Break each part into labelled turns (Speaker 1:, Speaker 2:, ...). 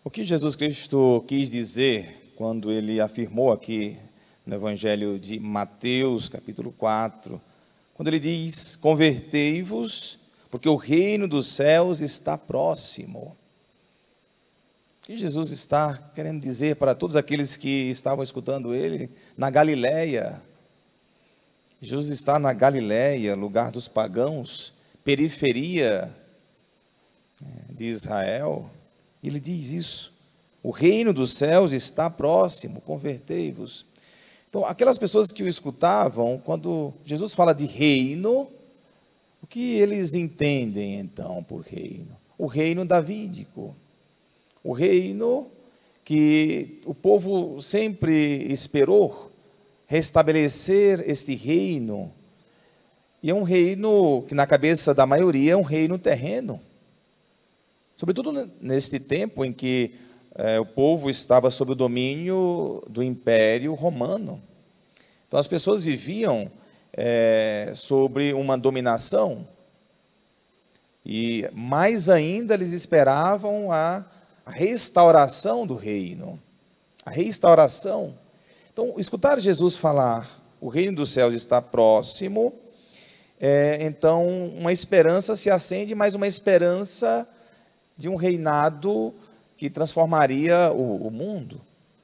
Speaker 1: O que Jesus Cristo quis dizer quando ele afirmou aqui no Evangelho de Mateus, capítulo 4, quando ele diz: convertei-vos, porque o reino dos céus está próximo. O que Jesus está querendo dizer para todos aqueles que estavam escutando ele na Galileia? Jesus está na Galileia, lugar dos pagãos, periferia de Israel. Ele diz isso: o reino dos céus está próximo, convertei-vos. Então, aquelas pessoas que o escutavam, quando Jesus fala de reino, o que eles entendem então por reino? O reino davídico, o reino que o povo sempre esperou restabelecer este reino, e é um reino que na cabeça da maioria é um reino terreno. Sobretudo neste tempo em que o povo estava sob o domínio do Império Romano. Então as pessoas viviam sobre uma dominação, e mais ainda eles esperavam a restauração do reino, a restauração. Então, escutar Jesus falar, o reino dos céus está próximo, então uma esperança se acende, mas uma esperança de um reinado que transformaria o mundo,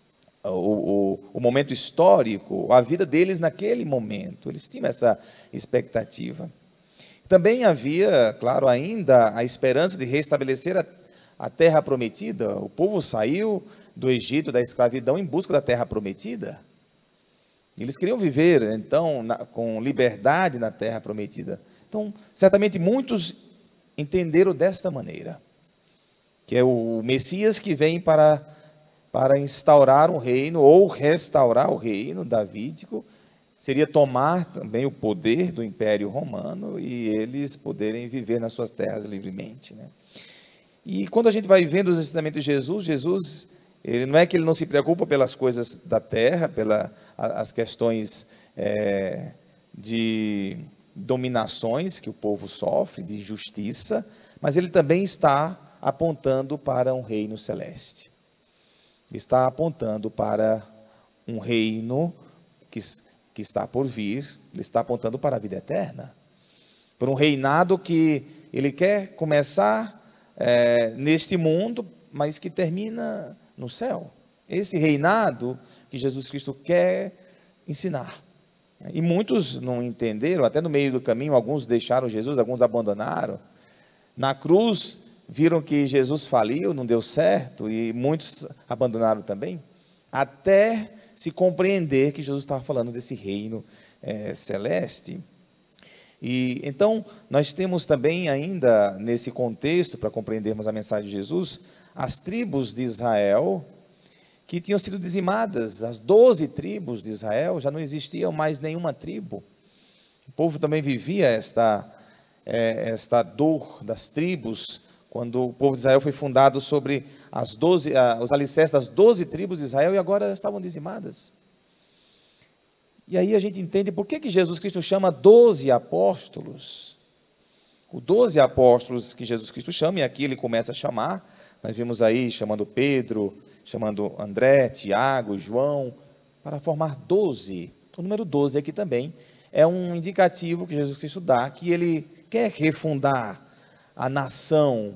Speaker 1: o momento histórico, a vida deles naquele momento. Eles tinham essa expectativa. Também havia, claro, ainda a esperança de restabelecer a terra prometida. O povo saiu do Egito, da escravidão, em busca da terra prometida. Eles queriam viver, então, com liberdade na terra prometida. Então, certamente muitos entenderam desta maneira, que é o Messias que vem para instaurar um reino, ou restaurar o reino davídico, seria tomar também o poder do Império Romano e eles poderem viver nas suas terras livremente, né? E quando a gente vai vendo os ensinamentos de Jesus, ele não é que ele não se preocupa pelas coisas da terra, as questões de dominações que o povo sofre, de injustiça, mas ele também está apontando para um reino celeste. Está apontando para um reino que está por vir, ele está apontando para a vida eterna, por um reinado que ele quer começar neste mundo, mas que termina no céu. Esse reinado que Jesus Cristo quer ensinar. E muitos não entenderam, até no meio do caminho, alguns deixaram Jesus, alguns abandonaram. Na cruz, viram que Jesus faliu, não deu certo, e muitos abandonaram também, até se compreender que Jesus estava falando desse reino celeste. E então, nós temos também ainda, nesse contexto, para compreendermos a mensagem de Jesus, as tribos de Israel, que tinham sido dizimadas, as 12 tribos de Israel, já não existia mais nenhuma tribo. O povo também vivia esta dor das tribos, quando o povo de Israel foi fundado sobre os alicerces das 12 tribos de Israel, e agora estavam dizimadas. E aí a gente entende por que Jesus Cristo chama 12 apóstolos. Os 12 apóstolos que Jesus Cristo chama, e aqui ele começa a chamar, nós vimos aí chamando Pedro, chamando André, Tiago, João, para formar 12. O número 12 aqui também é um indicativo que Jesus Cristo dá, que ele quer refundar a nação,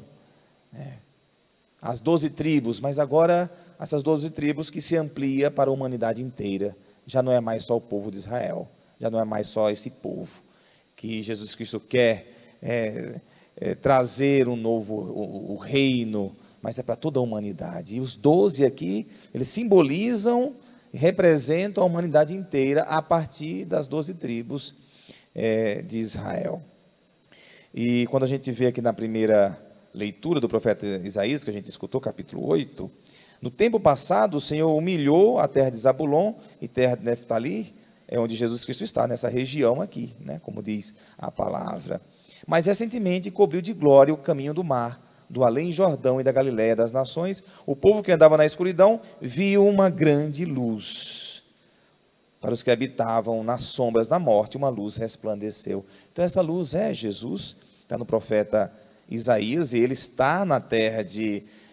Speaker 1: as 12 tribos, mas agora essas 12 tribos que se amplia para a humanidade inteira. Já não é mais só o povo de Israel, já não é mais só esse povo que Jesus Cristo quer trazer um novo o reino, mas é para toda a humanidade. E os 12 aqui, eles simbolizam e representam a humanidade inteira a partir das 12 tribos de Israel. E quando a gente vê aqui na primeira leitura do profeta Isaías, que a gente escutou, capítulo 8, no tempo passado o Senhor humilhou a terra de Zabulon e terra de Neftali, é onde Jesus Cristo está, nessa região aqui, né, como diz a palavra. Mas recentemente cobriu de glória o caminho do mar, do além Jordão e da Galiléia das nações. O povo que andava na escuridão viu uma grande luz. Para os que habitavam nas sombras da morte, uma luz resplandeceu. Então essa luz é Jesus, está no profeta Isaías, e ele está na terra de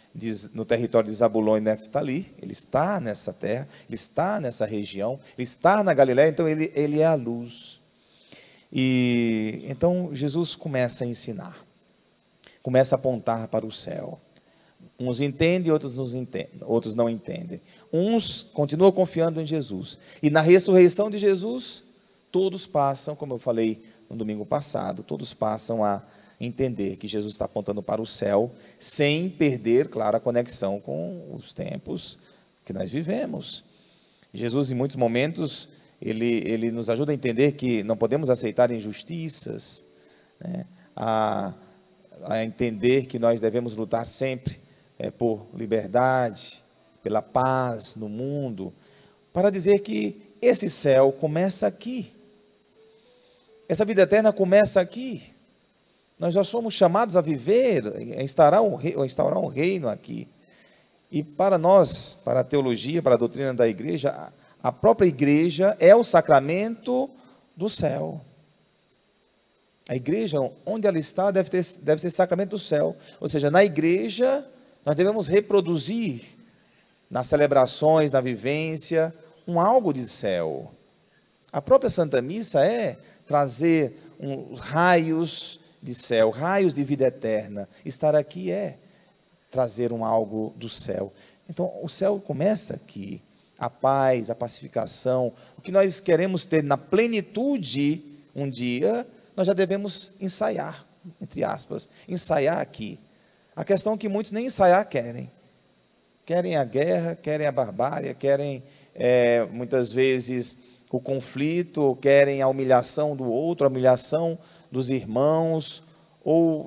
Speaker 1: no território de Zabulon e Neftali. Ele está nessa terra, ele está nessa região, ele está na Galiléia, então ele é a luz. E então Jesus começa a ensinar, começa a apontar para o céu. Uns entendem, outros não entendem. Uns continuam confiando em Jesus. E na ressurreição de Jesus, todos passam, como eu falei no domingo passado, todos passam a entender que Jesus está apontando para o céu, sem perder, claro, a conexão com os tempos que nós vivemos. Jesus, em muitos momentos, ele nos ajuda a entender que não podemos aceitar injustiças, né? A entender que nós devemos lutar sempre por liberdade, pela paz no mundo, para dizer que esse céu começa aqui. Essa vida eterna começa aqui. Nós já somos chamados a viver, a instaurar um reino aqui. E para nós, para a teologia, para a doutrina da igreja, a própria igreja é o sacramento do céu. A igreja, onde ela está, deve ser sacramento do céu. Ou seja, na igreja, nós devemos reproduzir, nas celebrações, na vivência, um algo de céu. A própria Santa Missa é trazer raios de céu, raios de vida eterna. Estar aqui é trazer algo do céu. Então, o céu começa aqui. A paz, a pacificação, o que nós queremos ter na plenitude um dia, nós já devemos ensaiar, entre aspas, ensaiar aqui. A questão é que muitos nem ensaiar querem. Querem a guerra, querem a barbárie, querem muitas vezes o conflito, querem a humilhação do outro, a humilhação dos irmãos, ou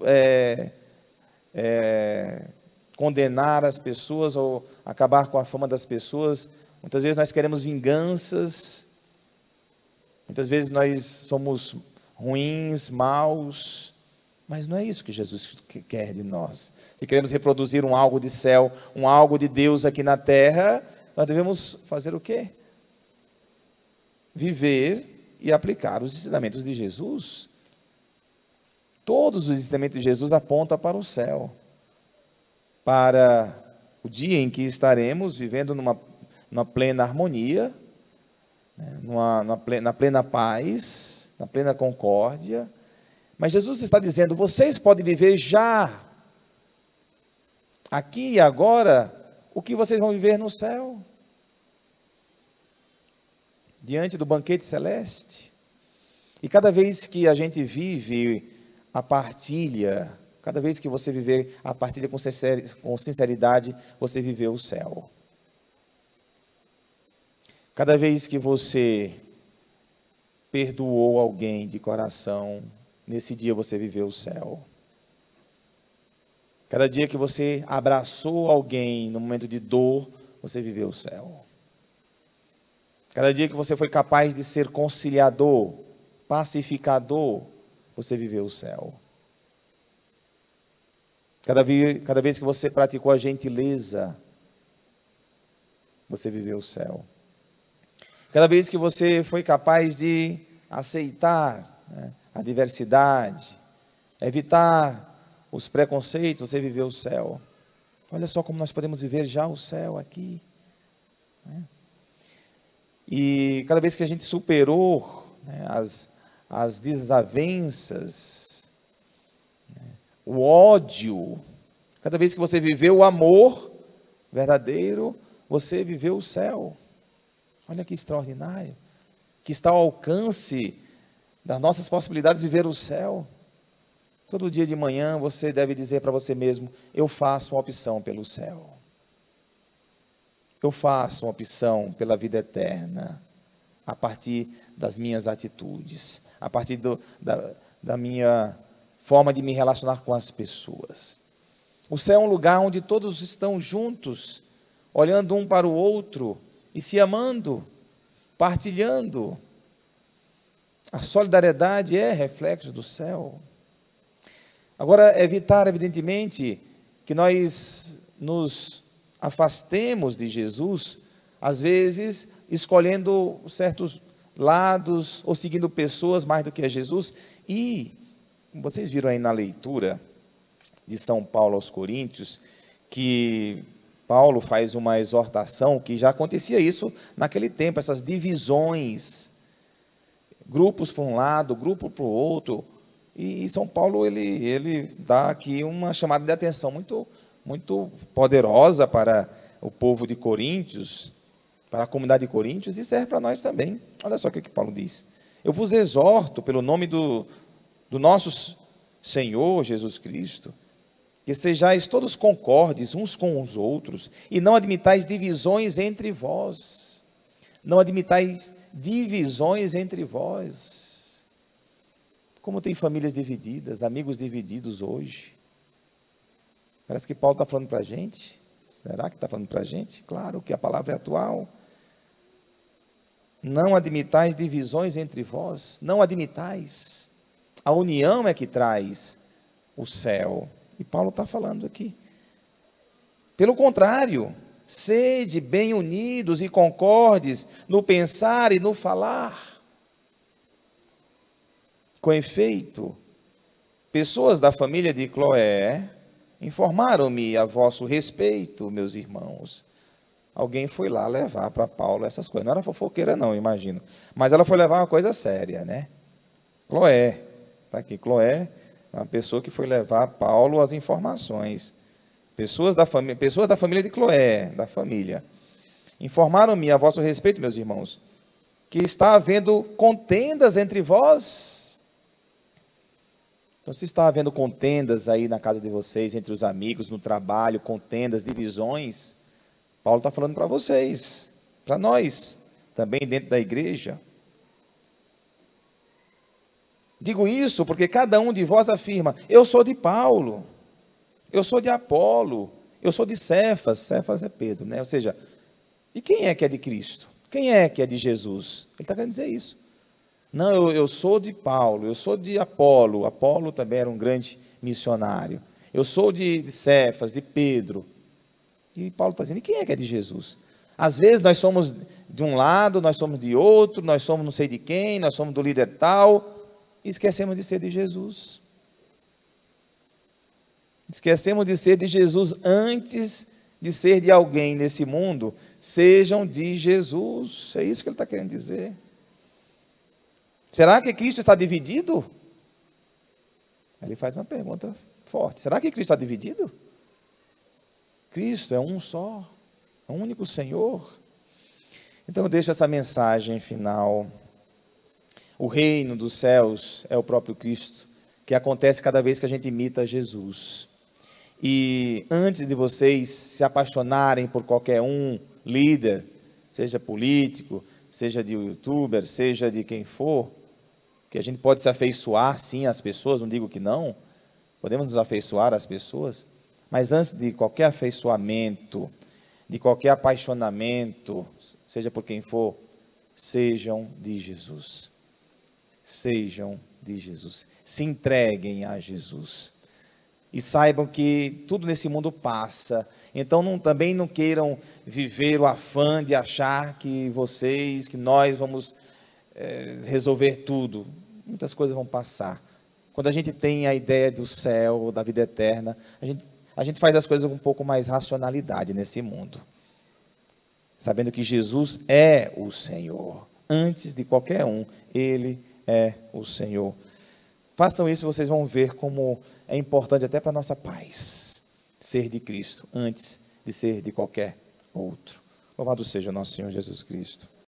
Speaker 1: condenar as pessoas, ou acabar com a fama das pessoas. Muitas vezes nós queremos vinganças, muitas vezes nós somos ruins, maus, mas não é isso que Jesus quer de nós. Se queremos reproduzir algo de céu, algo de Deus aqui na terra, nós devemos fazer o quê? Viver e aplicar os ensinamentos de Jesus. Todos os ensinamentos de Jesus apontam para o céu, para o dia em que estaremos vivendo numa plena harmonia, né, na plena paz, na plena concórdia. Mas Jesus está dizendo, vocês podem viver já, aqui e agora, o que vocês vão viver no céu, diante do banquete celeste. E cada vez que a gente vive a partilha, cada vez que você viver a partilha com sinceridade, você viveu o céu. Cada vez que você perdoou alguém de coração, nesse dia você viveu o céu. Cada dia que você abraçou alguém no momento de dor, você viveu o céu. Cada dia que você foi capaz de ser conciliador, pacificador, você viveu o céu. Cada vez que você praticou a gentileza, você viveu o céu. Cada vez que você foi capaz de aceitar, né, a diversidade, evitar os preconceitos, você viveu o céu. Olha só como nós podemos viver já o céu aqui, né? E cada vez que a gente superou, né, as desavenças, né, o ódio, cada vez que você viveu o amor verdadeiro, você viveu o céu. Olha que extraordinário, que está ao alcance das nossas possibilidades de viver o céu. Todo dia de manhã você deve dizer para você mesmo, eu faço uma opção pelo céu. Eu faço uma opção pela vida eterna, a partir das minhas atitudes, a partir da minha forma de me relacionar com as pessoas. O céu é um lugar onde todos estão juntos, olhando um para o outro, e se amando, partilhando. A solidariedade é reflexo do céu. Agora, evitar, evidentemente, que nós nos afastemos de Jesus, às vezes, escolhendo certos lados, ou seguindo pessoas mais do que a Jesus. E, vocês viram aí na leitura de São Paulo aos Coríntios, que Paulo faz uma exortação, que já acontecia isso naquele tempo, essas divisões, grupos para um lado, grupo para o outro, e São Paulo ele dá aqui uma chamada de atenção muito poderosa para o povo de Coríntios, para a comunidade de Coríntios, e serve para nós também. Olha só o que Paulo diz: eu vos exorto pelo nome do nosso Senhor Jesus Cristo, que sejais todos concordes uns com os outros, e não admitais divisões entre vós. Não admitais divisões entre vós. Como tem famílias divididas, amigos divididos hoje. Parece que Paulo está falando para a gente. Será que está falando para a gente? Claro que a palavra é atual. Não admitais divisões entre vós. Não admitais. A união é que traz o céu. E Paulo está falando aqui. Pelo contrário, sede bem unidos e concordes no pensar e no falar. Com efeito, pessoas da família de Cloé informaram-me a vosso respeito, meus irmãos. Alguém foi lá levar para Paulo essas coisas. Não era fofoqueira não, imagino. Mas ela foi levar uma coisa séria, né? Cloé. Está aqui, Cloé, uma pessoa que foi levar a Paulo as informações. Pessoas da família de Cloé, da família. Informaram-me a vosso respeito, meus irmãos, que está havendo contendas entre vós. Então, se está havendo contendas aí na casa de vocês, entre os amigos, no trabalho, contendas, divisões, Paulo está falando para vocês, para nós, também dentro da igreja. Digo isso porque cada um de vós afirma: eu sou de Paulo, eu sou de Apolo, eu sou de Cefas. Cefas é Pedro, né? Ou seja, e quem é que é de Cristo? Quem é que é de Jesus? Ele está querendo dizer isso. Não, eu sou de Paulo, eu sou de Apolo. Apolo também era um grande missionário. Eu sou de Cefas, de Pedro. E Paulo está dizendo: e quem é que é de Jesus? Às vezes nós somos de um lado, nós somos de outro, nós somos não sei de quem, nós somos do líder tal, e esquecemos de ser de Jesus. Esquecemos de ser de Jesus antes de ser de alguém nesse mundo. Sejam de Jesus. É isso que ele está querendo dizer. Será que Cristo está dividido? Ele faz uma pergunta forte. Será que Cristo está dividido? Cristo é um só, é um único Senhor. Então eu deixo essa mensagem final. O reino dos céus é o próprio Cristo, que acontece cada vez que a gente imita Jesus. E antes de vocês se apaixonarem por qualquer um líder, seja político, seja de youtuber, seja de quem for, que a gente pode se afeiçoar sim às pessoas, não digo que não, podemos nos afeiçoar às pessoas, mas antes de qualquer afeiçoamento, de qualquer apaixonamento, seja por quem for, sejam de Jesus. Sejam de Jesus. Se entreguem a Jesus. E saibam que tudo nesse mundo passa. Então também não queiram viver o afã de achar que nós vamos resolver tudo. Muitas coisas vão passar. Quando a gente tem a ideia do céu, da vida eterna, a gente faz as coisas com um pouco mais racionalidade nesse mundo. Sabendo que Jesus é o Senhor. Antes de qualquer um, Ele é o Senhor. Façam isso, vocês vão ver como é importante até para a nossa paz, ser de Cristo, antes de ser de qualquer outro. Louvado seja o nosso Senhor Jesus Cristo.